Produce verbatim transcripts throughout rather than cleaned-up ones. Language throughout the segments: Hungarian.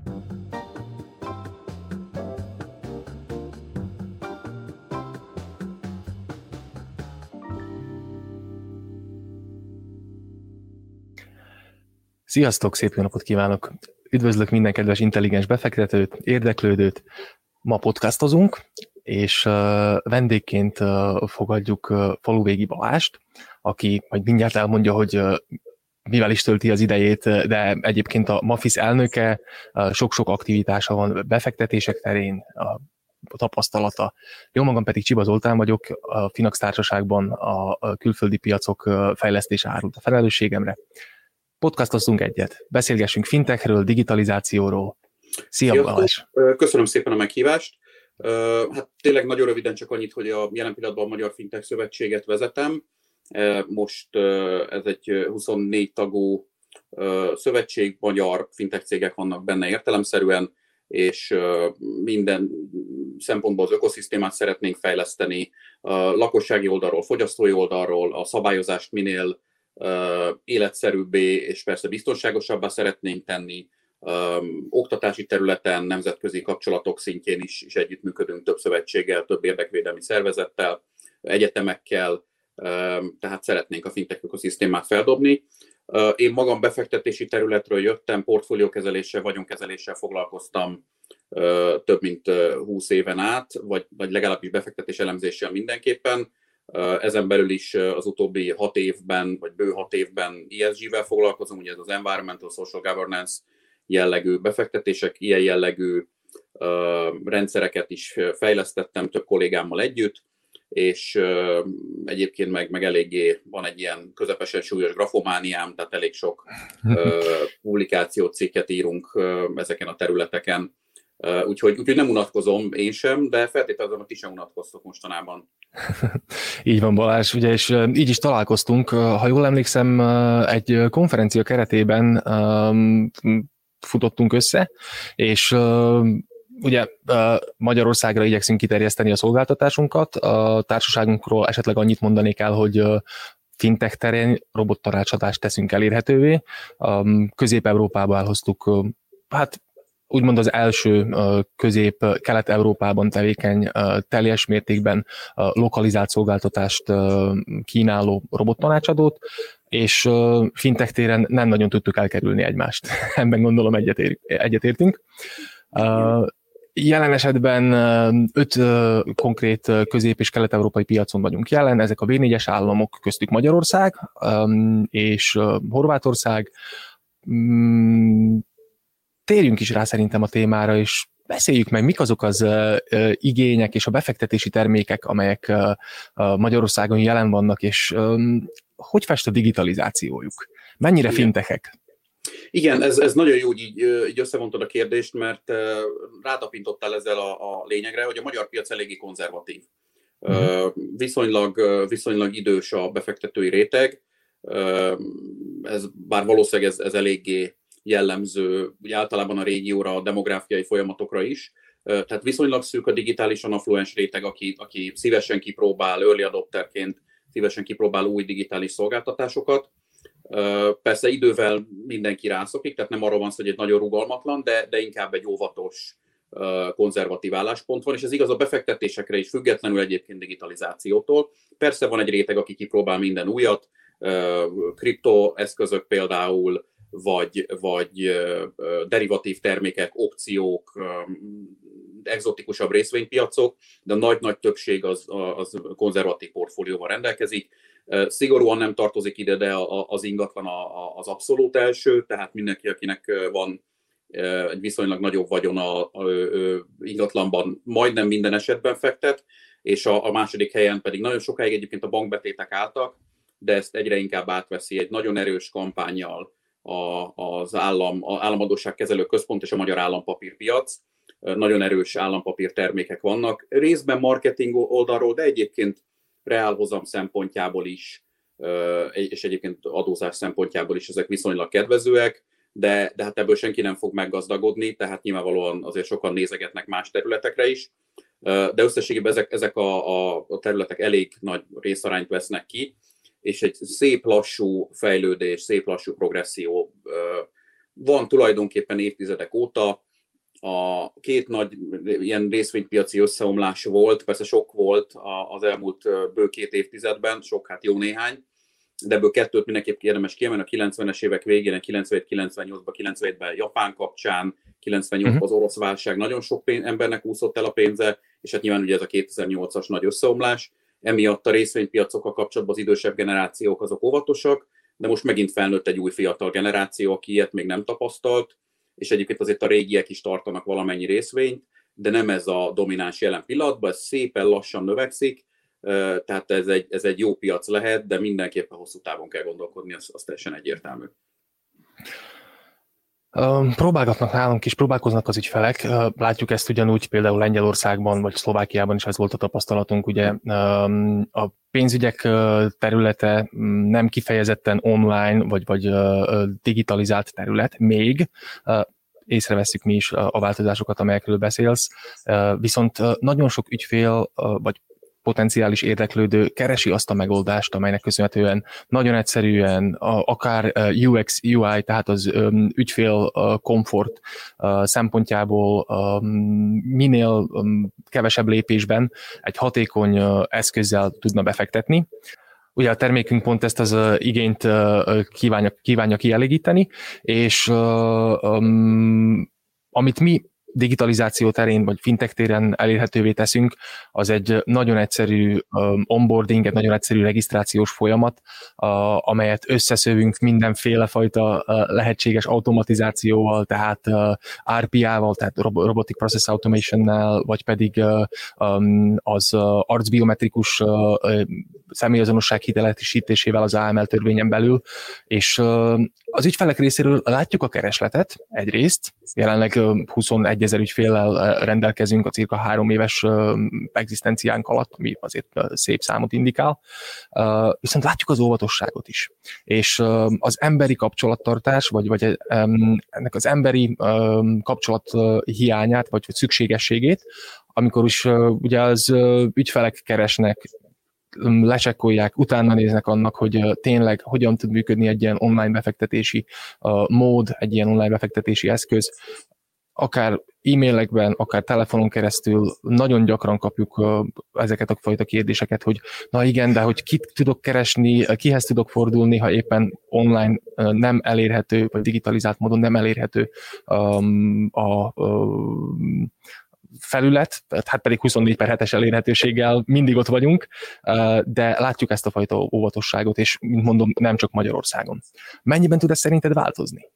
Sziasztok, szép jó napot kívánok! Üdvözlök minden kedves intelligens befektetőt, érdeklődőt. Ma podcastozunk, és uh, vendégként uh, fogadjuk uh, Faluvégi Balást, aki majd mindjárt elmondja, hogy uh, mivel is tölti az idejét, de egyébként a Mafis elnöke, uh, sok-sok aktivitása van befektetések terén, a tapasztalata. Jó magam pedig Csiba Zoltán vagyok, a Finax Társaságban a külföldi piacok fejlesztése árult a felelősségemre. Podcastoztunk egyet, beszélgessünk fintechről, digitalizációról. Szia Balázs! Köszönöm szépen a meghívást. Hát tényleg nagyon röviden csak annyit, hogy a jelen pillanatban a Magyar Fintech Szövetséget vezetem. Most ez egy huszonnégy tagú szövetség, magyar fintech cégek vannak benne értelemszerűen, és minden szempontból az ökoszisztémát szeretnénk fejleszteni, a lakossági oldalról, fogyasztói oldalról, a szabályozást minél életszerűbbé és persze biztonságosabbá szeretnénk tenni. Um, oktatási területen, nemzetközi kapcsolatok szintjén is, is együttműködünk több szövetséggel, több érdekvédelmi szervezettel, egyetemekkel, um, tehát szeretnénk a fintech ökoszisztémát feldobni. Uh, én magam befektetési területről jöttem, portfóliókezeléssel, vagyonkezeléssel foglalkoztam uh, több mint uh, húsz éven át, vagy, vagy legalábbis befektetés elemzéssel mindenképpen. Ezen belül is az utóbbi hat évben, vagy bő hat évben E S G-vel foglalkozom, ugye ez az Environmental Social Governance jellegű befektetések, ilyen jellegű uh, rendszereket is fejlesztettem több kollégámmal együtt, és uh, egyébként meg, meg eléggé van egy ilyen közepesen súlyos grafomániám, tehát elég sok uh, publikációt, cikket írunk uh, ezeken a területeken. Uh, úgyhogy, úgyhogy nem unatkozom én sem, de feltételezem, hogy ti sem unatkoztok mostanában. Így van Balázs, ugye, és így is találkoztunk, ha jól emlékszem, egy konferencia keretében um, futottunk össze, és um, ugye Magyarországra igyekszünk kiterjeszteni a szolgáltatásunkat, a társaságunkról esetleg annyit mondanék el, hogy fintech terén robottanácsadást teszünk elérhetővé, um, Közép-Európába elhoztuk, hát úgymond az első közép-kelet-európában tevékeny, teljes mértékben lokalizált szolgáltatást kínáló robottanácsadót, és fintech téren nem nagyon tudtuk elkerülni egymást. Ebben gondolom egyetér, egyetértünk. Jelen esetben öt konkrét közép- és kelet-európai piacon vagyunk jelen, ezek a vé négyes államok, köztük Magyarország és Horvátország. Térjünk is rá szerintem a témára, és beszéljük meg, mik azok az uh, uh, igények és a befektetési termékek, amelyek uh, uh, Magyarországon jelen vannak, és um, hogy fest a digitalizációjuk? Mennyire Igen. fintechek? Igen, ez, ez nagyon jó, hogy így, így összevontad a kérdést, mert uh, rátapintottál ezzel a, a lényegre, hogy a magyar piac eléggé konzervatív. Uh-huh. Uh, viszonylag, viszonylag idős a befektetői réteg, uh, ez, bár valószínűleg ez, ez eléggé jellemző, ugye általában a régióra, a demográfiai folyamatokra is. Tehát viszonylag szűk a digitálisan affluens réteg, aki, aki szívesen kipróbál, early adopterként szívesen kipróbál új digitális szolgáltatásokat. Persze idővel mindenki rászokik, tehát nem arról van szó, hogy egy nagyon rugalmatlan, de, de inkább egy óvatos, konzervatív álláspont van, és ez igaz a befektetésekre is, függetlenül egyébként digitalizációtól. Persze van egy réteg, aki kipróbál minden újat, kriptoeszközök például, vagy, vagy derivatív termékek, opciók, egzotikusabb részvénypiacok, de a nagy-nagy többség az, az konzervatív portfólióval rendelkezik. Szigorúan nem tartozik ide, de az ingatlan az abszolút első, tehát mindenki, akinek van egy viszonylag nagyobb vagyon a, a, a ingatlanban, majdnem minden esetben fektet, és a, a második helyen pedig nagyon sokáig egyébként a bankbetétek álltak, de ezt egyre inkább átveszi egy nagyon erős kampánnyal A, az állam, az államadósságkezelő központ és a magyar állampapírpiac. Nagyon erős állampapír termékek vannak. Részben marketing oldalról, de egyébként reálhozam szempontjából is, és egyébként adózás szempontjából is ezek viszonylag kedvezőek, de, de hát ebből senki nem fog meggazdagodni, tehát nyilvánvalóan azért sokan nézegetnek más területekre is. De összességében ezek, ezek a, a, a területek elég nagy részarányt vesznek ki, és egy szép lassú fejlődés, szép lassú progresszió van tulajdonképpen évtizedek óta. a két nagy ilyen részvénypiaci összeomlás volt, persze sok volt az elmúlt bő két évtizedben, sok, hát jó néhány, de ebből kettőt mindenképp érdemes kiemelni, a kilencvenes évek végén, kilencvenhét kilencvennyolcban, kilencvenhétben Japán kapcsán, kilencvennyolcban uh-huh. az orosz válság, nagyon sok pénz, embernek úszott el a pénze, és hát nyilván ugye ez a kétezer-nyolcas nagy összeomlás, emiatt a részvénypiacokkal kapcsolatban az idősebb generációk azok óvatosak, de most megint felnőtt egy új fiatal generáció, aki ilyet még nem tapasztalt, és egyébként azért a régiek is tartanak valamennyi részvényt, de nem ez a domináns jelen pillanatban, ez szépen lassan növekszik, tehát ez egy, ez egy jó piac lehet, de mindenképpen hosszú távon kell gondolkodni, az, az teljesen egyértelmű. Próbálgatnak nálunk is, próbálkoznak az ügyfelek. Látjuk ezt ugyanúgy például Lengyelországban vagy Szlovákiában is ez volt a tapasztalatunk. Ugye a pénzügyek területe nem kifejezetten online vagy, vagy digitalizált terület még, észrevesszük mi is a változásokat, amelyekről beszélsz, viszont nagyon sok ügyfél vagy potenciális érdeklődő keresi azt a megoldást, amelynek köszönhetően nagyon egyszerűen, akár u iksz, u i, tehát az ügyfél komfort szempontjából minél kevesebb lépésben egy hatékony eszközzel tudna befektetni. Ugye a termékünk pont ezt az igényt kívánja, kívánja kielégíteni, és amit mi digitalizáció terén, vagy fintech téren elérhetővé teszünk, az egy nagyon egyszerű onboarding, egy nagyon egyszerű regisztrációs folyamat, amelyet összeszövünk mindenféle fajta lehetséges automatizációval, tehát er pé á-val, tehát Robotic Process Automation-nel, vagy pedig az arcbiometrikus személyazonosság hitelesítésével az á em el törvényen belül, és az ügyfelek részéről látjuk a keresletet egyrészt, jelenleg huszonegyezer ügyféllel rendelkezünk a cirka három éves egzisztenciánk alatt, ami azért szép számot indikál, viszont látjuk az óvatosságot is. És az emberi kapcsolattartás, vagy, vagy ennek az emberi kapcsolat hiányát, vagy szükségességét, amikor is ugye az ügyfelek keresnek, lecsekkolják, utána néznek annak, hogy tényleg hogyan tud működni egy ilyen online befektetési mód, egy ilyen online befektetési eszköz, akár e-mailekben, akár telefonon keresztül nagyon gyakran kapjuk ezeket a fajta kérdéseket, hogy na igen, de hogy kit tudok keresni, kihez tudok fordulni, ha éppen online nem elérhető, vagy digitalizált módon nem elérhető a felület, hát pedig huszonnégy per hetes elérhetőséggel mindig ott vagyunk, de látjuk ezt a fajta óvatosságot, és mint mondom, nem csak Magyarországon. Mennyiben tud ez szerinted változni?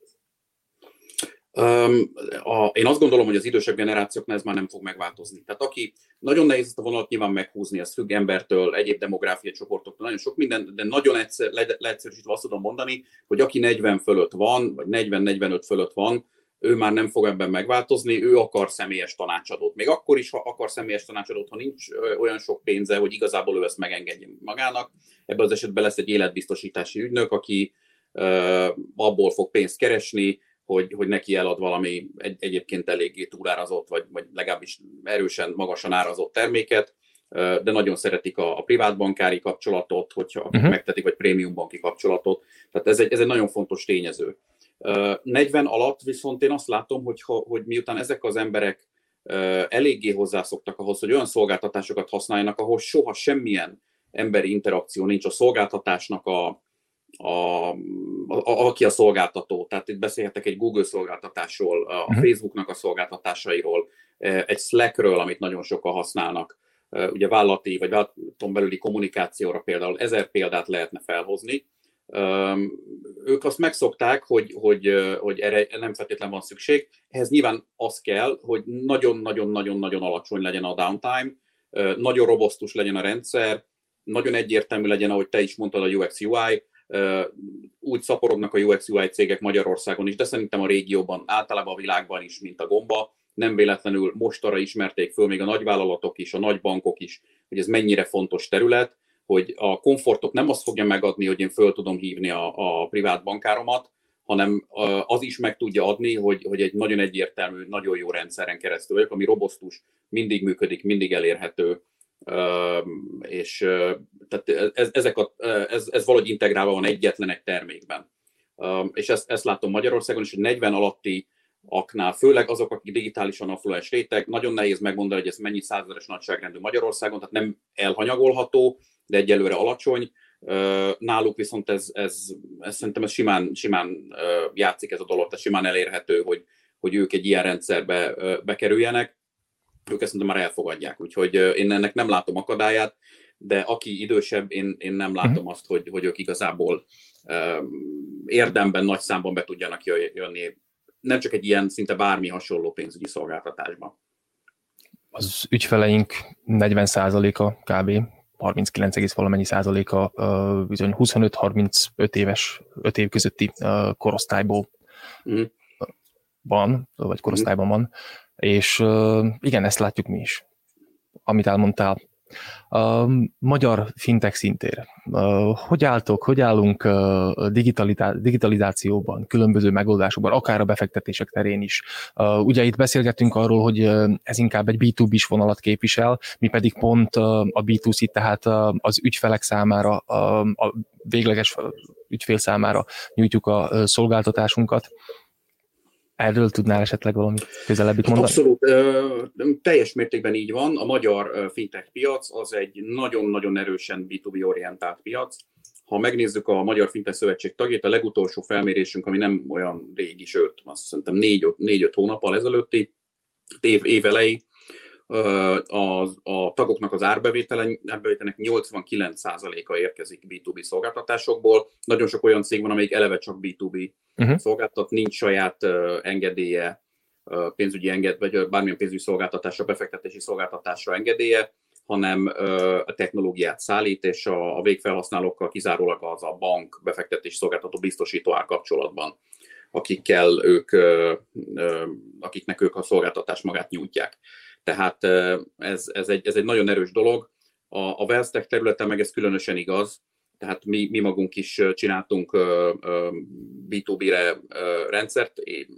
Um, a, én azt gondolom, hogy az idősebb generációknál ez már nem fog megváltozni. Tehát aki nagyon nehéz ezt a vonalat nyilván meghúzni, ez függ embertől, egyéb demográfiai csoportoktól, nagyon sok minden, de nagyon egyszer, le, leegyszerűsítve azt tudom mondani, hogy aki negyven fölött van, vagy negyven-negyvenöt fölött van, ő már nem fog ebben megváltozni, ő akar személyes tanácsadót. Még akkor is, ha akar személyes tanácsadót, ha nincs olyan sok pénze, hogy igazából ő ezt megengedje magának. Ebben az esetben lesz egy életbiztosítási ügynök, aki uh, abból fog pénzt keresni, hogy, hogy neki elad valami egy, egyébként eléggé túlárazott, vagy, vagy legalábbis erősen, magasan árazott terméket, uh, de nagyon szeretik a, a privátbankári kapcsolatot, hogyha uh-huh. megtetik, vagy prémium banki kapcsolatot. Tehát ez egy, ez egy nagyon fontos tényező. negyven alatt viszont én azt látom, hogy, hogy miután ezek az emberek eléggé hozzászoktak ahhoz, hogy olyan szolgáltatásokat használjanak, ahol soha semmilyen emberi interakció nincs a szolgáltatásnak, a, a, a, aki a szolgáltató. Tehát itt beszélhetek egy Google szolgáltatásról, a uh-huh. Facebooknak a szolgáltatásairól, egy Slackről, amit nagyon sokan használnak. Ugye vállalati vagy vállalaton belüli kommunikációra például ezer példát lehetne felhozni. Um, ők azt megszokták, hogy, hogy, hogy erre nem feltétlenül van szükség. Ehhez nyilván az kell, hogy nagyon-nagyon-nagyon-nagyon alacsony legyen a downtime, uh, nagyon robosztus legyen a rendszer, nagyon egyértelmű legyen, ahogy te is mondtad, a u iksz u i. Uh, úgy szaporodnak a u iksz u i cégek Magyarországon is, de szerintem a régióban, általában a világban is, mint a gomba. Nem véletlenül mostanra ismerték föl még a nagyvállalatok is, a nagybankok is, hogy ez mennyire fontos terület, hogy a komfortot nem azt fogja megadni, hogy én föl tudom hívni a, a privát bankáromat, hanem az is meg tudja adni, hogy, hogy egy nagyon egyértelmű, nagyon jó rendszeren keresztül vagyok, ami robosztus, mindig működik, mindig elérhető, és tehát ez, ezek a, ez, ez valahogy integrálva van egyetlen egy termékben. És ezt, ezt látom Magyarországon is, hogy negyven alatti aknál, főleg azok, akik digitálisan affluens réteg, nagyon nehéz megmondani, hogy ez mennyi százezeres nagyságrendű Magyarországon, tehát nem elhanyagolható, de egyelőre alacsony. Náluk viszont ez, ez, ez szerintem ez simán, simán játszik ez a dolog, tehát simán elérhető, hogy, hogy ők egy ilyen rendszerbe bekerüljenek. Ők ezt szerintem már elfogadják, úgyhogy én ennek nem látom akadályát, de aki idősebb, én, én nem látom azt, hogy, hogy ők igazából érdemben, nagy számban be tudjanak jönni, nem csak egy ilyen szinte bármi hasonló pénzügyi szolgáltatásban. Az ügyfeleink negyven százaléka kb. harminckilenc egész valamennyi százaléka bizony huszonöt-harmincöt éves, öt év közötti korosztályból mm. van, vagy korosztályban van, és igen, ezt látjuk mi is, amit elmondtál. A magyar fintech szintén. Hogy álltok, hogy állunk digitalizációban, különböző megoldásokban, akár a befektetések terén is? Ugye itt beszélgettünk arról, hogy ez inkább egy bé kettő bés vonalat képvisel, mi pedig pont a bé kettő cé, tehát az ügyfelek számára, a végleges ügyfél számára nyújtjuk a szolgáltatásunkat. Erről tudnál esetleg valami közelebbit mondani? Abszolút, teljes mértékben így van. A magyar fintech piac az egy nagyon-nagyon erősen bé kettő bé orientált piac. Ha megnézzük a Magyar Fintech Szövetség tagjait, a legutolsó felmérésünk, ami nem olyan régi, sőt, azt szerintem négy-öt hónappal ezelőtti, év, év elejé, a, a tagoknak az árbevételnek nyolcvankilenc százaléka érkezik bé kettő bé szolgáltatásokból. Nagyon sok olyan cég van, amelyik eleve csak bé kettő bé uh-huh. szolgáltat, nincs saját uh, engedélye, uh, pénzügyi enged, vagy bármilyen pénzügyi szolgáltatásra, befektetési szolgáltatásra engedélye, hanem uh, a technológiát szállít, és a, a végfelhasználókkal kizárólag az a bank, befektetési szolgáltató biztosító áll kapcsolatban, akikkel ők, uh, uh, akiknek ők a szolgáltatás magát nyújtják. Tehát ez, ez, egy, ez egy nagyon erős dolog. A, a WealthTech területen meg ez különösen igaz. Tehát mi, mi magunk is csináltunk bé kettő bé-re rendszert.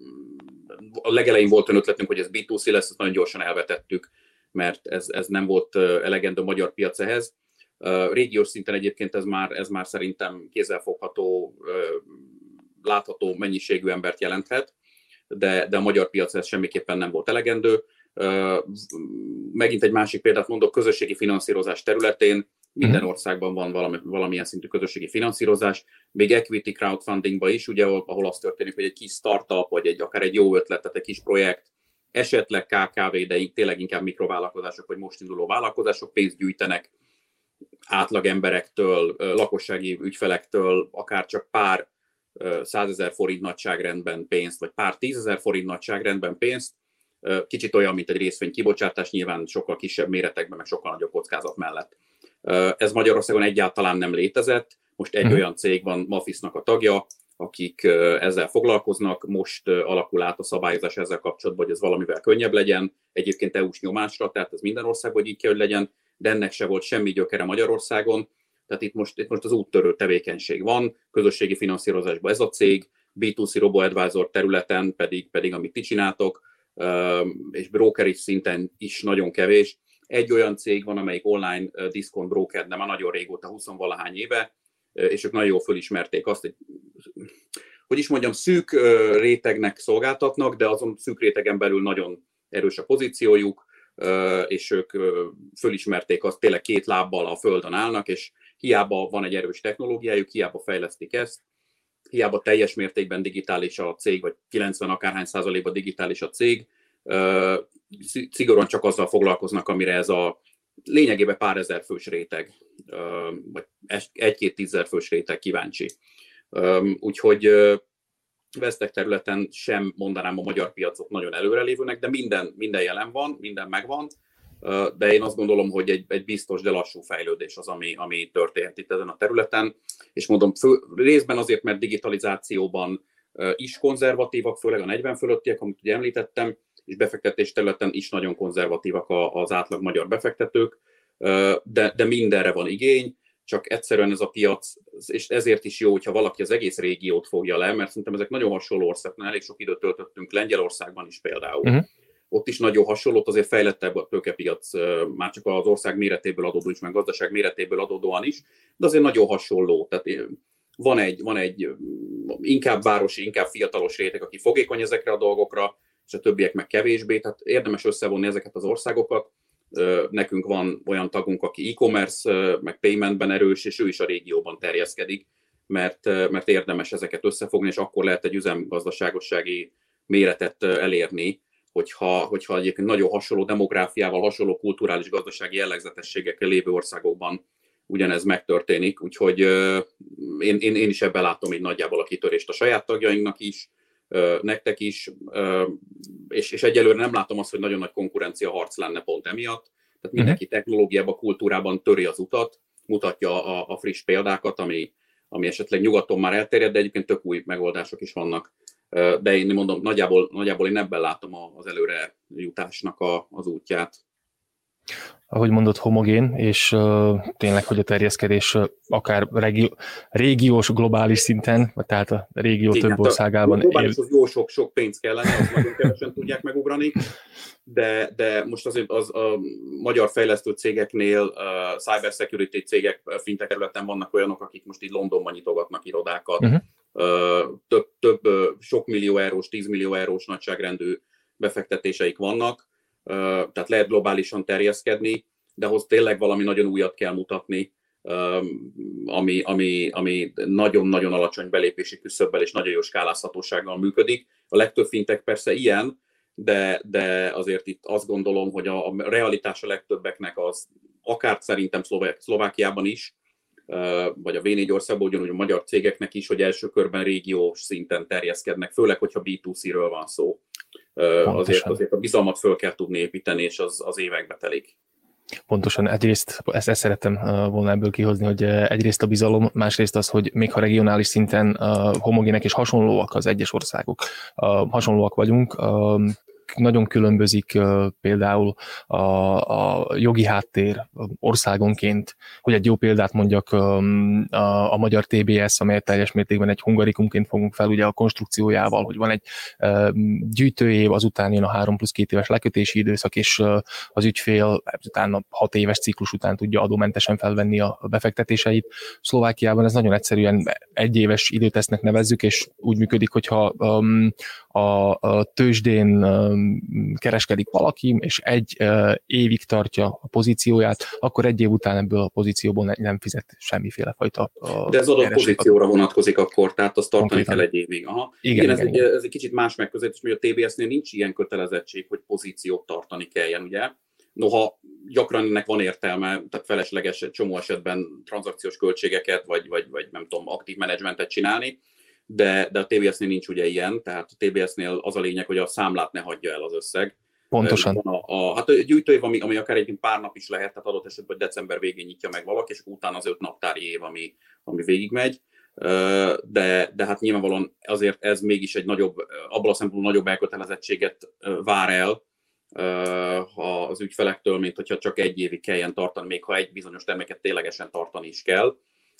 A legelején volt olyan ötletünk, hogy ez bé kettő cé lesz, ezt nagyon gyorsan elvetettük, mert ez, ez nem volt elegendő a magyar piac ehhez. Régiós szinten egyébként ez már, ez már szerintem kézzelfogható, látható mennyiségű embert jelenthet, de, de a magyar piac ez semmiképpen nem volt elegendő. Uh, megint egy másik példát mondok, közösségi finanszírozás területén minden országban van valami, valamilyen szintű közösségi finanszírozás, még equity crowdfundingban is, ugye, ahol az történik, hogy egy kis startup, vagy egy, akár egy jó ötlet, tehát egy kis projekt, esetleg ká ká vé, de tényleg inkább mikrovállalkozások, vagy most induló vállalkozások pénzt gyűjtenek átlag emberektől, lakossági ügyfelektől, akár csak pár százezer forint nagyságrendben pénzt, vagy pár tízezer forint nagyságrendben pénzt. Kicsit olyan, mint egy részvény kibocsátás, nyilván sokkal kisebb méretekben, meg sokkal nagyobb kockázat mellett. Ez Magyarországon egyáltalán nem létezett. Most egy olyan cég van, Mafisznak a tagja, akik ezzel foglalkoznak. Most alakul át a szabályozás ezzel kapcsolatban, hogy ez valamivel könnyebb legyen. Egyébként é u-s nyomásra, tehát ez minden országban így kell, hogy legyen, de ennek se volt semmi gyökere Magyarországon. Tehát itt most, itt most az úttörő tevékenység van, közösségi finanszírozásban ez a cég, bé kettő cé RoboAdvisor területen pedig, pedig amit ti csináltok, és broker szinten is nagyon kevés. Egy olyan cég van, amelyik online diszkont broker, de már nagyon régóta, húsz-valahány éve, és ők nagyon jól fölismerték azt, hogy, hogy is mondjam, szűk rétegnek szolgáltatnak, de azon szűk rétegen belül nagyon erős a pozíciójuk, és ők fölismerték azt, tényleg két lábbal a földön állnak, és hiába van egy erős technológiájuk, hiába fejlesztik ezt, hiába teljes mértékben digitális a cég, vagy kilencven akárhány százalékban digitális a cég, szigorúan csak azzal foglalkoznak, amire ez a lényegében pár ezer fős réteg, vagy egy-két tízezer fős réteg kíváncsi. Úgyhogy WealthTech területen sem mondanám a magyar piacok nagyon előrelévőnek, de minden, minden jelen van, minden megvan, de én azt gondolom, hogy egy, egy biztos, de lassú fejlődés az, ami, ami történt itt ezen a területen. És mondom, fő, részben azért, mert digitalizációban is konzervatívak, főleg a negyven fölöttiek, amit ugye említettem, és befektetés területen is nagyon konzervatívak az átlag magyar befektetők, de, de mindenre van igény, csak egyszerűen ez a piac, és ezért is jó, hogyha valaki az egész régiót fogja le, mert szerintem ezek nagyon hasonló országban, elég sok időt töltöttünk Lengyelországban is például. Uh-huh. Ott is nagyon hasonló, azért fejlettebb a tőkepiac, már csak az ország méretéből adódóan is, meg gazdaság méretéből adódóan is, de azért nagyon hasonló. Tehát van egy, van egy inkább városi, inkább fiatalos réteg, aki fogékony ezekre a dolgokra, és a többiek meg kevésbé, tehát érdemes összevonni ezeket az országokat. Nekünk van olyan tagunk, aki e-commerce, meg paymentben erős, és ő is a régióban terjeszkedik, mert, mert érdemes ezeket összefogni, és akkor lehet egy üzemgazdaságossági méretet elérni, hogyha, hogyha egyébként nagyon hasonló demográfiával, hasonló kulturális gazdasági jellegzetességekkel lévő országokban ugyanez megtörténik, úgyhogy én, én, én is ebben látom így nagyjából a kitörést a saját tagjainknak is, nektek is, és, és egyelőre nem látom azt, hogy nagyon nagy konkurencia harc lenne pont emiatt. Tehát mindenki technológiában, kultúrában töri az utat, mutatja a, a friss példákat, ami, ami esetleg nyugaton már elterjed, de egyébként tök új megoldások is vannak. De én mondom, nagyjából, nagyjából én ebben látom az előre jutásnak a, az útját. Ahogy mondott, homogén, és uh, tényleg, hogy a terjeszkedés uh, akár régió, régiós, globális szinten, tehát a régió igen, több országában. A globális az jó sok-sok pénz kellene, azt nagyon kevesen tudják megugrani, de, de most azért az a magyar fejlesztő cégeknél, uh, cyber security cégek fintech területen vannak olyanok, akik most így Londonban nyitogatnak irodákat, uh-huh. uh, több, több uh, sok millió eurós, tízmillió eurós nagyságrendű befektetéseik vannak, tehát lehet globálisan terjeszkedni, de ahhoz tényleg valami nagyon újat kell mutatni, ami, ami, ami nagyon-nagyon alacsony belépési küszöbbel és nagyon jó skálázhatósággal működik. A legtöbb fintech persze ilyen, de, de azért itt azt gondolom, hogy a, a realitás a legtöbbeknek az, akár szerintem Szlová- Szlovákiában is, vagy a vé négy országban, ugyanúgy a magyar cégeknek is, hogy első körben régiós szinten terjeszkednek, főleg, hogyha bé kettő cé-ről van szó. Azért, azért a bizalmat föl kell tudni építeni, és az, az évekbe telik. Pontosan, egyrészt ezt, ezt szerettem volna ebből kihozni, hogy egyrészt a bizalom, másrészt az, hogy még ha regionális szinten homogének és hasonlóak az egyes országok, hasonlóak vagyunk, nagyon különbözik uh, például a, a jogi háttér országonként, hogy egy jó példát mondjak, um, a, a magyar té bé es, amelyet teljes mértékben egy hungarikumként fogunk fel, ugye a konstrukciójával, hogy van egy uh, gyűjtőév, azután jön a három plusz két éves lekötési időszak, és uh, az ügyfél utána hat éves ciklus után tudja adómentesen felvenni a, a befektetéseit. Szlovákiában ez nagyon egyszerűen egy éves időtesznek nevezzük, és úgy működik, hogyha um, a, a tőzsdén um, kereskedik valaki, és egy uh, évig tartja a pozícióját, akkor egy év után ebből a pozícióból nem fizet semmiféle fajta uh, De ez adott pozícióra vonatkozik akkor, tehát azt tartani konkrétan kell egy évig. Aha. Igen, igen, igen, ez, igen. Egy, ez egy kicsit más megközelítés, mert a té bé es-nél nincs ilyen kötelezettség, hogy pozíciót tartani kelljen, ugye? Noha gyakran ennek van értelme, tehát felesleges egy csomó esetben tranzakciós költségeket, vagy, vagy, vagy nem tudom, aktív menedzsmentet csinálni, de, de a té bé es-nél nincs ugye ilyen, tehát a té bé es-nél az a lényeg, hogy a számlát ne hagyja el az összeg. Pontosan. A, a, hát a gyűjtőév, ami, ami akár egyébként pár nap is lehet, tehát adott esetben december végén nyitja meg valaki, és utána az öt naptári év, ami, ami végigmegy. De, de hát nyilvánvalóan azért ez mégis egy nagyobb, abban a szempontból nagyobb elkötelezettséget vár el az ügyfelektől, mint hogyha csak egy évig kelljen tartani, még ha egy bizonyos terméket ténylegesen tartani is kell.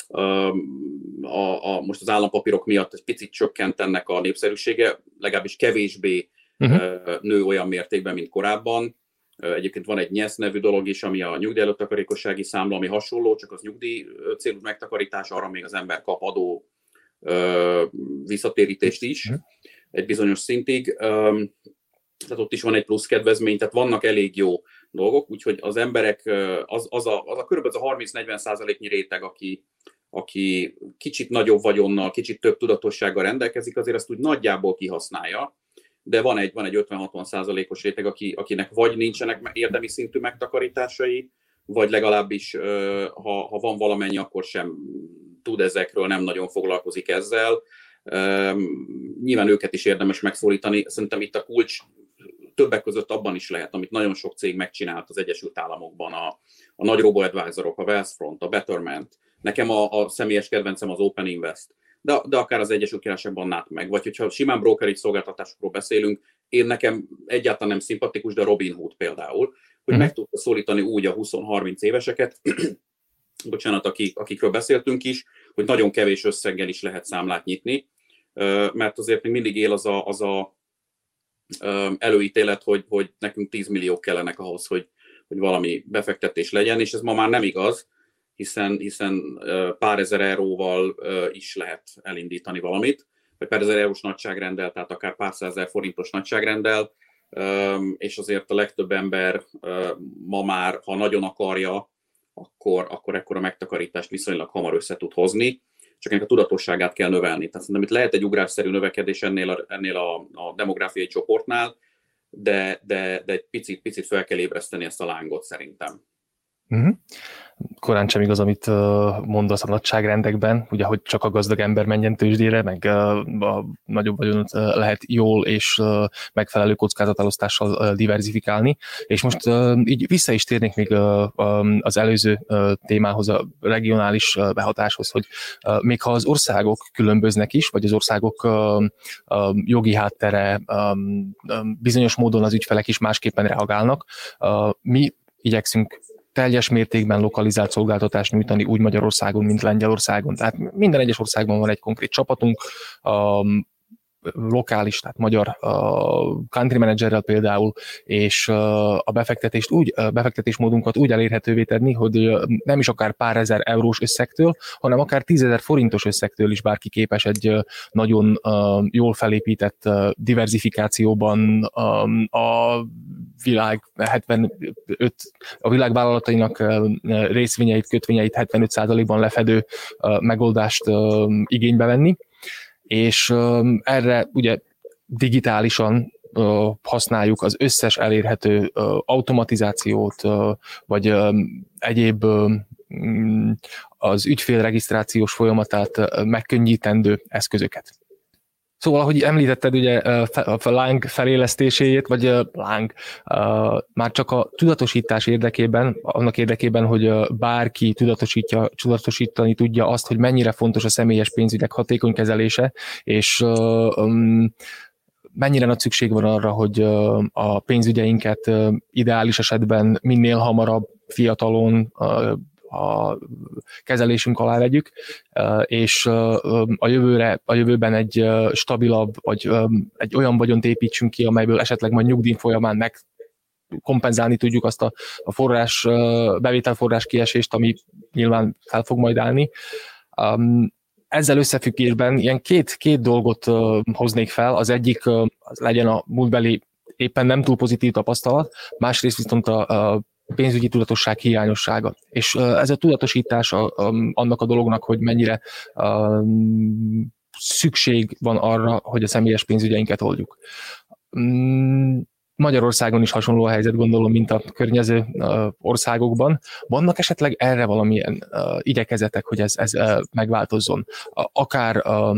A, a, most az állampapírok miatt egy picit csökkent ennek a népszerűsége, legalábbis kevésbé uh-huh. nő olyan mértékben, mint korábban. Egyébként van egy nyesz nevű dolog is, ami a nyugdíjelőttakarékossági számla, ami hasonló, csak az nyugdíj célú megtakarítás, arra még az ember kap adó visszatérítést is egy bizonyos szintig. Tehát ott is van egy plusz kedvezmény, tehát vannak elég jó dolgok, úgyhogy az emberek, az, az a, az a körülbelül a harminc-negyven százaléknyi réteg, aki, aki kicsit nagyobb vagyonnal, kicsit több tudatossággal rendelkezik, azért ezt úgy nagyjából kihasználja, de van egy, van egy ötven-hatvan százalékos réteg, aki, akinek vagy nincsenek érdemi szintű megtakarításai, vagy legalábbis, ha, ha van valamennyi, akkor sem tud ezekről, nem nagyon foglalkozik ezzel. Nyilván őket is érdemes megszólítani. Szerintem itt a kulcs többek között abban is lehet, amit nagyon sok cég megcsinált az Egyesült Államokban, a, a nagy robo-advisorok, a Wealthfront, a Betterment. Nekem a, a személyes kedvencem az Open Invest, de, de akár az Egyesült Királyságban nát meg. Vagy hogyha simán brokerage szolgáltatásokról beszélünk, én nekem egyáltalán nem szimpatikus, de Robinhood például, hogy mm. meg tudta szólítani úgy a húsz-harminc éveseket, bocsánat, akik, akikről beszéltünk is, hogy nagyon kevés összeggel is lehet számlát nyitni, mert azért még mindig él az a, az a előítélet, hogy, hogy nekünk tíz milliók kellenek ahhoz, hogy, hogy valami befektetés legyen, és ez ma már nem igaz, hiszen, hiszen pár ezer euróval is lehet elindítani valamit, vagy pár ezer eurós nagyságrendel, tehát akár pár százezer forintos nagyságrendel, és azért a legtöbb ember ma már, ha nagyon akarja, akkor, akkor ekkora megtakarítást viszonylag hamar össze tud hozni, csak ennek a tudatosságát kell növelni. Tehát szerintem itt lehet egy ugrásszerű növekedés ennél a, ennél a, a demográfiai csoportnál, de, de, de egy picit, picit fel kell ébreszteni ezt a lángot szerintem. Uh-huh. Korán sem igaz, amit mondasz a nagyságrendekben, ugye, hogy csak a gazdag ember menjen tőzsdére, meg a nagyobb vagyonot lehet jól és megfelelő kockázatelosztással diverzifikálni. És most így vissza is térnék még az előző témához, a regionális behatáshoz, hogy még ha az országok különböznek is, vagy az országok jogi háttere, bizonyos módon az ügyfelek is másképpen reagálnak, mi igyekszünk teljes mértékben lokalizált szolgáltatást nyújtani úgy Magyarországon, mint Lengyelországon. Tehát minden egyes országban van egy konkrét csapatunk, um, lokális, tehát magyar uh, country managerrel például, és uh, a befektetést úgy, uh, befektetésmódunkat úgy elérhetővé tenni, hogy uh, nem is akár pár ezer eurós összegtől, hanem akár tízezer forintos összegtől is bárki képes egy uh, nagyon uh, jól felépített uh, diversifikációban um, a világ hetvenöt, a világ vállalatainak uh, részvényeit, kötvényeit hetvenöt százalékban lefedő uh, megoldást uh, igénybe venni. És um, erre ugye digitálisan uh, használjuk az összes elérhető uh, automatizációt, uh, vagy um, egyéb um, az ügyfélregisztrációs folyamatát uh, megkönnyítendő eszközöket. Szóval, ahogy említetted, ugye a láng felélesztéséjét, vagy a láng már csak a tudatosítás érdekében, annak érdekében, hogy bárki tudatosítja, tudatosítani tudja azt, hogy mennyire fontos a személyes pénzügyek hatékony kezelése, és mennyire nagy szükség van arra, hogy a pénzügyeinket ideális esetben minél hamarabb, fiatalon, a kezelésünk alá vegyük, és a jövőre, a jövőben egy stabilabb, vagy egy olyan vagyont építsünk ki, amelyből esetleg majd nyugdíj folyamán meg kompenzálni tudjuk azt a, a forrás, bevételforrás kiesést, ami nyilván fel fog majd állni. Ezzel összefüggésben ilyen két, két dolgot hoznék fel. Az egyik az legyen a múltbeli éppen nem túl pozitív tapasztalat, másrészt viszont a, a pénzügyi tudatosság hiányossága. És ez a tudatosítás a, a, annak a dolognak, hogy mennyire a, szükség van arra, hogy a személyes pénzügyeinket oldjuk. Magyarországon is hasonló a helyzet, gondolom, mint a környező országokban. Vannak esetleg erre valamilyen igyekezetek, hogy ez, ez megváltozzon? Akár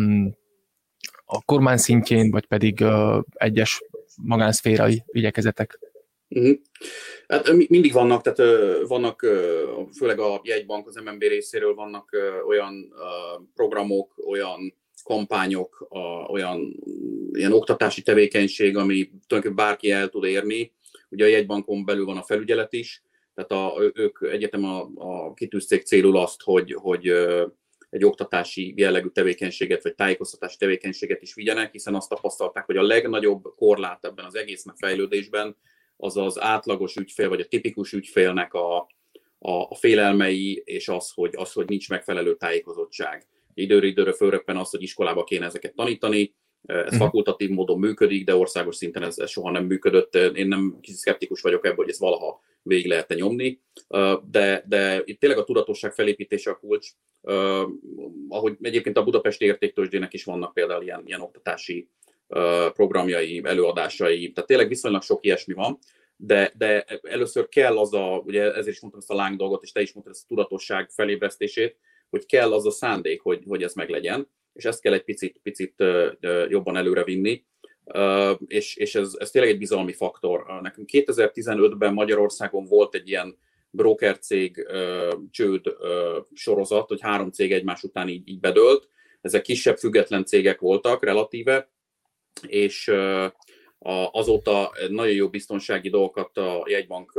a kormány szintjén, vagy pedig egyes magánszférai igyekezetek? Uh-huh. Hát mindig vannak, tehát vannak, főleg a jegybank, az em en bé részéről vannak olyan programok, olyan kampányok, olyan ilyen oktatási tevékenység, ami tulajdonképpen bárki el tud érni. Ugye a jegybankon belül van a felügyelet is, tehát a, ők egyetem a, a kitűzték célul azt, hogy, hogy egy oktatási jellegű tevékenységet, vagy tájékoztatási tevékenységet is vigyenek, hiszen azt tapasztalták, hogy a legnagyobb korlát ebben az egész fejlődésben az az átlagos ügyfél, vagy a tipikus ügyfélnek a, a, a félelmei, és az hogy, az, hogy nincs megfelelő tájékozottság. Időről időre fölröppen az, hogy iskolába kéne ezeket tanítani, ez fakultatív módon működik, de országos szinten ez, ez soha nem működött. Én nem kicsit szkeptikus vagyok ebből, hogy ezt valaha végig lehetne nyomni, de, de itt tényleg a tudatosság felépítése a kulcs. Ahogy egyébként a Budapesti Értéktőzsdének is vannak például ilyen, ilyen oktatási programjai, előadásai, tehát tényleg viszonylag sok ilyesmi van, de, de először kell az a, ugye ezért is mondtam ezt a láng dolgot, és te is mondtad ezt a tudatosság felébresztését, hogy kell az a szándék, hogy, hogy ez meglegyen, és ezt kell egy picit, picit jobban előre vinni, és, és ez, ez tényleg egy bizalmi faktor. Nekünk kétezer-tizenötben Magyarországon volt egy ilyen brokercég csőd sorozat, hogy három cég egymás után így, így bedőlt, ezek kisebb független cégek voltak relatíve, és azóta nagyon jó biztonsági dolgokat a jegybank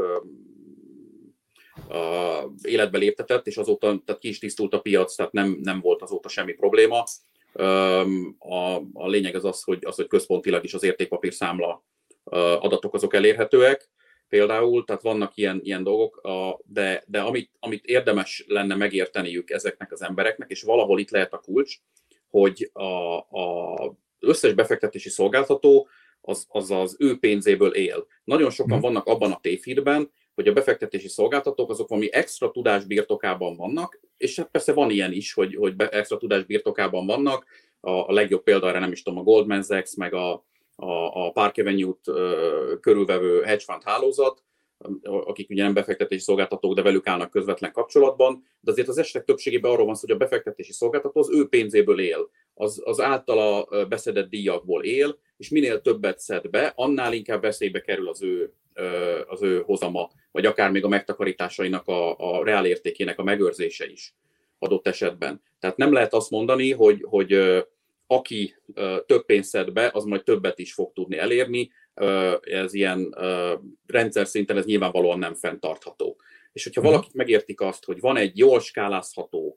életbe léptetett, és azóta tehát ki is tisztult a piac, tehát nem, nem volt azóta semmi probléma. A, a lényeg az az, hogy, az, hogy központilag is az értékpapírszámla adatok azok elérhetőek, például, tehát vannak ilyen, ilyen dolgok, de, de amit, amit érdemes lenne megérteniük ezeknek az embereknek, és valahol itt lehet a kulcs, hogy a, a összes befektetési szolgáltató az, az az ő pénzéből él. Nagyon sokan vannak abban a tévhitben, hogy a befektetési szolgáltatók azok valami extra tudás birtokában vannak, és hát persze van ilyen is, hogy, hogy extra tudás birtokában vannak. A, a legjobb példa erre nem is tudom, a Goldman Sachs, meg a, a, a Park Avenue-t uh, körülvevő hedge fund hálózat, akik ugye nem befektetési szolgáltatók, de velük állnak közvetlen kapcsolatban, de azért az esetek többségében arról van szó, hogy a befektetési szolgáltató az ő pénzéből él, az, az általa beszedett díjakból él, és minél többet szed be, annál inkább veszélybe kerül az ő, az ő hozama, vagy akár még a megtakarításainak a, a reál értékének a megőrzése is adott esetben. Tehát nem lehet azt mondani, hogy, hogy aki több pénzt szed be, az majd többet is fog tudni elérni. Ez ilyen rendszer szinten ez nyilvánvalóan nem fenntartható. És hogyha uh-huh. valakik megértik azt, hogy van egy jól skálázható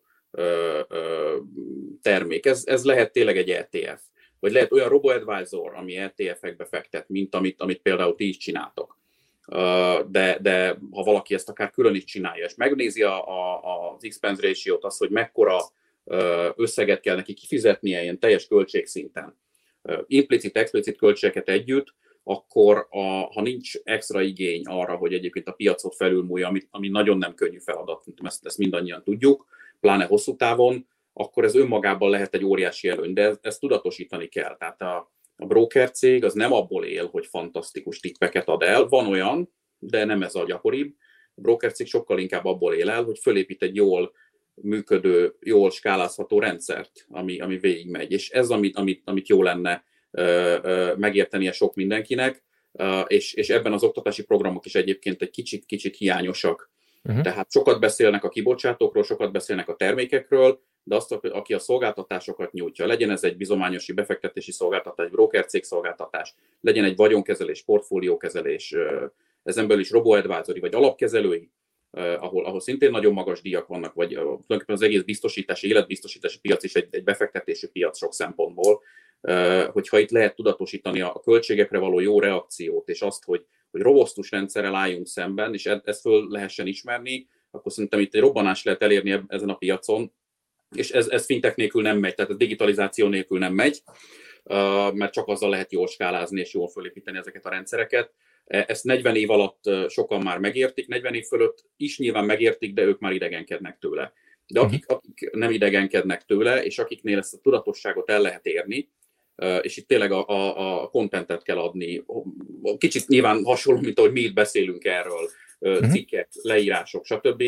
termék, ez, ez lehet tényleg egy é té ef, vagy lehet olyan robo-advisor, ami é té ef-ekbe fektet, mint amit, amit például ti is csináltok. De, de ha valaki ezt akár külön is csinálja, és megnézi a, a, az expense ratio-t, az, hogy mekkora összeget kell neki kifizetnie ilyen teljes költségszinten, implicit, explicit költségeket együtt, akkor a, ha nincs extra igény arra, hogy egyébként a piacot felülmúlja, ami, ami nagyon nem könnyű feladat, ezt, ezt mindannyian tudjuk, pláne hosszú távon, akkor ez önmagában lehet egy óriási előny, de ezt, ezt tudatosítani kell. Tehát a, a broker cég az nem abból él, hogy fantasztikus tippeket ad el, van olyan, de nem ez a gyakoribb. A broker cég sokkal inkább abból él el, hogy fölépít egy jól működő, jól skálázható rendszert, ami, ami végigmegy. És ez, amit, amit, amit jó lenne ö, ö, megértenie sok mindenkinek, ö, és, és ebben az oktatási programok is egyébként egy kicsit, kicsit hiányosak. Uh-huh. Tehát sokat beszélnek a kibocsátókról, sokat beszélnek a termékekről, de azt, aki a szolgáltatásokat nyújtja, legyen ez egy bizományosi befektetési szolgáltatás, egy brokercég szolgáltatás, legyen egy vagyonkezelés, portfóliókezelés, ezen belül is robo-advisory, vagy alapkezelői, ahol, ahol szintén nagyon magas díjak vannak, vagy tulajdonképpen az egész biztosítási, életbiztosítási piac is egy, egy befektetési piac sok szempontból, hogyha itt lehet tudatosítani a költségekre való jó reakciót, és azt, hogy, hogy robosztus rendszerrel álljunk szemben, és ezt föl lehessen ismerni, akkor szerintem itt egy robbanás lehet elérni ezen a piacon, és ez, ez fintech nélkül nem megy, tehát a digitalizáció nélkül nem megy, mert csak azzal lehet jól skálázni és jól fölépíteni ezeket a rendszereket. Ezt negyven év alatt sokan már megértik, negyven év fölött is nyilván megértik, de ők már idegenkednek tőle. De akik, akik nem idegenkednek tőle, és akiknél ezt a tudatosságot el lehet érni, és itt tényleg a, a, a contentet kell adni, kicsit nyilván hasonló, mint ahogy mi itt beszélünk erről, cikkek, leírások, stb.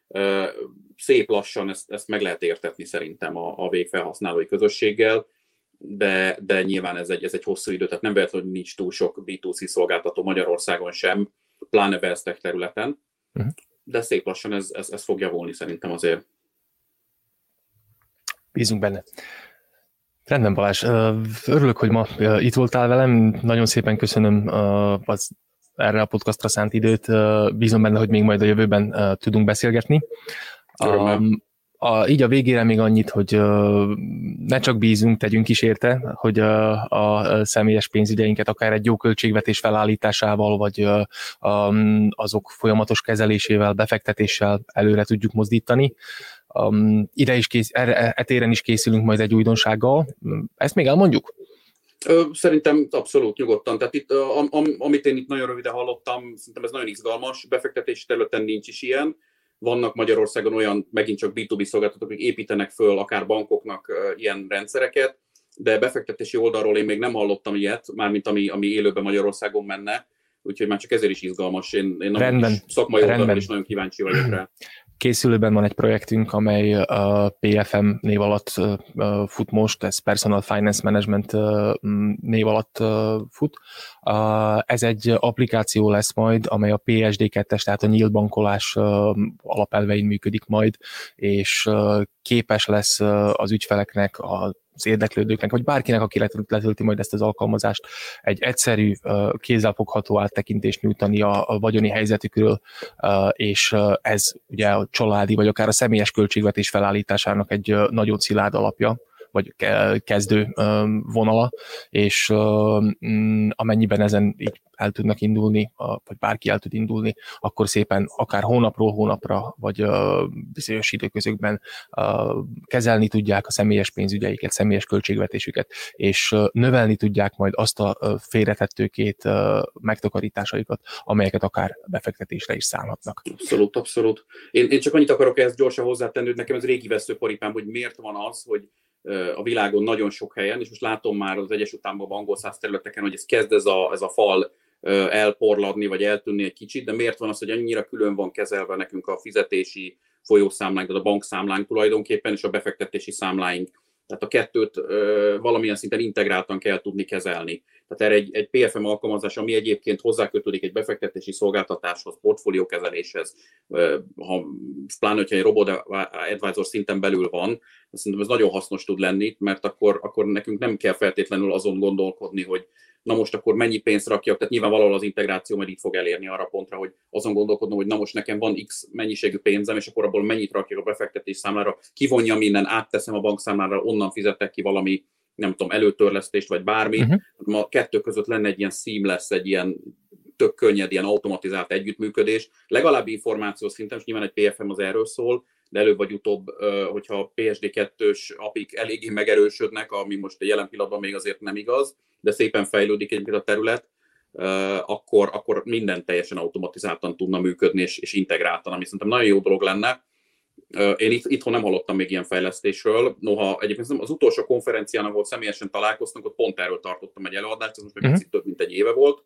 Szép lassan ezt, ezt meg lehet értetni szerintem a, a végfelhasználói közösséggel, de, de nyilván ez egy, ez egy hosszú idő, tehát nem véletlenül, hogy nincs túl sok bé kettő cé szolgáltató Magyarországon sem, pláne Velsztek területen, uh-huh. de szép lassan ez, ez, ez fog javulni szerintem azért. Bízunk benne. Rendben, Balázs. Örülök, hogy ma itt voltál velem. Nagyon szépen köszönöm az erre a podcastra szánt időt. Bízom benne, hogy még majd a jövőben tudunk beszélgetni. A, a, így a végére még annyit, hogy ne csak bízunk, tegyünk is érte, hogy a, a személyes pénzügyeinket akár egy jó költségvetés felállításával, vagy azok folyamatos kezelésével, befektetéssel előre tudjuk mozdítani. Um, ide is kész, erre, etéren is készülünk majd egy újdonsággal. Ezt még elmondjuk? Szerintem abszolút nyugodtan. Tehát itt, am, am, amit én itt nagyon röviden hallottam, szerintem ez nagyon izgalmas. Befektetési területen nincs is ilyen. Vannak Magyarországon olyan, megint csak bé kettő bé szolgáltatók, akik építenek föl akár bankoknak ilyen rendszereket, de befektetési oldalról én még nem hallottam ilyet, mármint ami, ami élőben Magyarországon menne, úgyhogy már csak ezért is izgalmas. Én, én Rendben. szakmai oldalról is nagyon kíváncsi vagyok rá. Készülőben van egy projektünk, amely a pé ef em név alatt fut most, ez Personal Finance Management név alatt fut. Ez egy applikáció lesz majd, amely a pé es dé kettes, tehát a nyílt bankolás alapelvein működik majd, és képes lesz az ügyfeleknek, az érdeklődőknek, vagy bárkinek, aki letölti majd ezt az alkalmazást, egy egyszerű, kézzelfogható áttekintést nyújtani a, a vagyoni helyzetükről, és ez ugye a családi, vagy akár a személyes költségvetés felállításának egy nagyon szilárd alapja, vagy kezdő vonala, és amennyiben ezen így el tudnak indulni, vagy bárki el tud indulni, akkor szépen akár hónapról hónapra, vagy bizonyos időközökben kezelni tudják a személyes pénzügyeiket, személyes költségvetésüket, és növelni tudják majd azt a félretettőkét, megtakarításaikat, amelyeket akár befektetésre is számhatnak. Abszolút, abszolút. Én, én csak annyit akarok ezt gyorsan hozzátenni, hogy nekem ez régi veszőparipám, hogy miért van az, hogy a világon nagyon sok helyen, és most látom már az Egyesült Államokban, angol száz területeken, hogy ez kezd ez a, ez a fal elporladni, vagy eltűnni egy kicsit, de miért van az, hogy annyira külön van kezelve nekünk a fizetési folyószámlánk, tehát a bankszámlánk tulajdonképpen, és a befektetési számláink. Tehát a kettőt ö, valamilyen szinten integráltan kell tudni kezelni. Tehát erre egy, egy pé ef em alkalmazás, ami egyébként hozzákötődik egy befektetési szolgáltatáshoz, portfóliókezeléshez, ö, ha, pláne, hogyha egy robot advisor szinten belül van, szerintem ez nagyon hasznos tud lenni, mert akkor, akkor nekünk nem kell feltétlenül azon gondolkodni, hogy na most akkor mennyi pénzt rakjak, tehát nyilván valahol az integráció majd itt fog elérni arra pontra, hogy azon gondolkodnom, hogy na most nekem van X mennyiségű pénzem, és akkor abból mennyit rakjak a befektetés számlára, kivonjam minden, átteszem a bankszámlára, onnan fizetek ki valami, nem tudom, előtörlesztést, vagy bármi. Uh-huh. A kettő között lenne egy ilyen seamless, egy ilyen tök könnyed, ilyen automatizált együttműködés. Legalább információ szinten, és nyilván egy pé ef em az erről szól, de előbb vagy utóbb, hogyha a pé es dé kettős apik eléggé megerősödnek, ami most a jelen pillanatban még azért nem igaz, de szépen fejlődik egyébként a terület, akkor, akkor minden teljesen automatizáltan tudna működni, és, és integráltan, ami szerintem nagyon jó dolog lenne. Én itt, itthon nem hallottam még ilyen fejlesztésről, noha egyébként az utolsó konferencián, ahol személyesen találkoztunk, ott pont erről tartottam egy előadást, ez most meg uh-huh. több mint egy éve volt,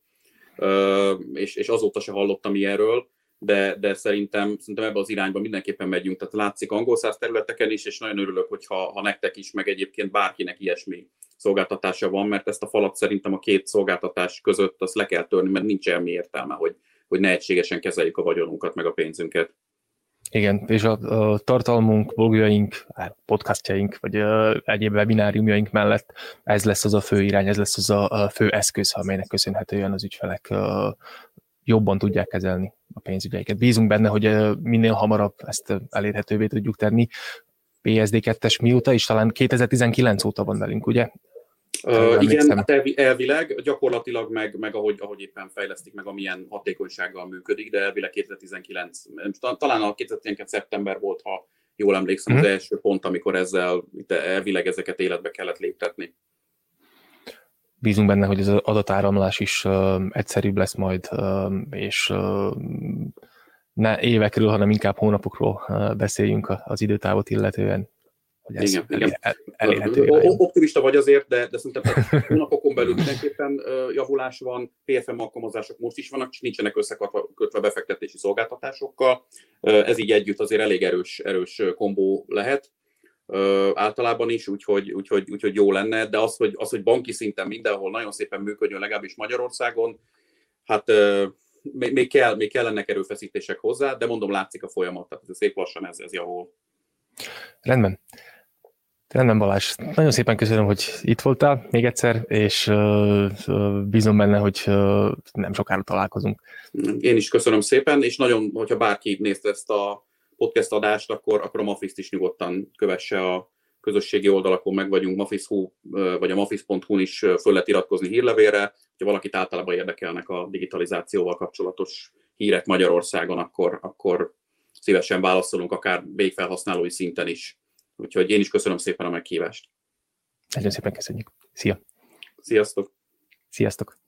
és, és azóta se hallottam ilyenről, de, de szerintem, szerintem ebbe az irányba mindenképpen megyünk, tehát látszik angol száz területeken is, és nagyon örülök, hogyha ha nektek is, meg egyébként bárkinek ilyesmi szolgáltatása van, mert ezt a falat szerintem a két szolgáltatás között azt le kell törni, mert nincs semmi értelme, hogy, hogy ne egységesen kezeljük a vagyonunkat, meg a pénzünket. Igen, és a, a tartalmunk, blogjaink, podcastjaink, vagy a, egyéb webináriumjaink mellett ez lesz az a fő irány, ez lesz az a, a fő eszköz, amelynek köszönhetően az ügyfelek a, jobban tudják kezelni a pénzügyeiket. Bízunk benne, hogy minél hamarabb ezt elérhetővé tudjuk tenni. pé es dé kettes mióta is, talán kétezer-tizenkilenc óta van velünk, ugye? Uh, igen, hát elvi, elvileg, gyakorlatilag meg, meg ahogy, ahogy éppen fejlesztik, meg amilyen hatékonysággal működik, de elvileg kétezer-tizenkilenc, talán a kétezer-tizenkilenc szeptember volt, ha jól emlékszem, mm-hmm. az első pont, amikor ezzel elvileg ezeket életbe kellett léptetni. Bízunk benne, hogy az adatáramlás is uh, egyszerűbb lesz majd, uh, és uh, ne évekről, hanem inkább hónapokról uh, beszéljünk az időtávot illetően. Hogy ez igen, el, igen. El, elérhető. Optimista vagy azért, de, de szerintem hónapokon belül mindenképpen uh, javulás van, pé ef em alkalmazások most is vannak, és nincsenek összekötve befektetési szolgáltatásokkal. Uh, ez így együtt azért elég erős, erős kombó lehet. Uh, általában is, úgyhogy, úgyhogy, úgyhogy jó lenne, de az hogy, az, hogy banki szinten mindenhol nagyon szépen működjön, legalábbis Magyarországon, hát uh, még, még, kell, még kellenek erőfeszítések hozzá, de mondom, látszik a folyamat, tehát ez szép lassan ez, ez javul. Rendben. Rendben, Balázs. Nagyon szépen köszönöm, hogy itt voltál még egyszer, és uh, uh, bízom benne, hogy uh, nem sokára találkozunk. Én is köszönöm szépen, és nagyon, hogyha bárki nézte ezt a podcast adást, akkor, akkor a Mafiszt is nyugodtan kövesse a közösségi oldalakon, meg vagyunk, Mafis pont hu, vagy a mafis pont hu-n is föl lehet iratkozni hírlevélre, hogyha valakit általában érdekelnek a digitalizációval kapcsolatos hírek Magyarországon, akkor, akkor szívesen válaszolunk, akár végfelhasználói szinten is. Úgyhogy én is köszönöm szépen a meghívást. Nagyon szépen köszönjük. Szia! Sziasztok! Sziasztok!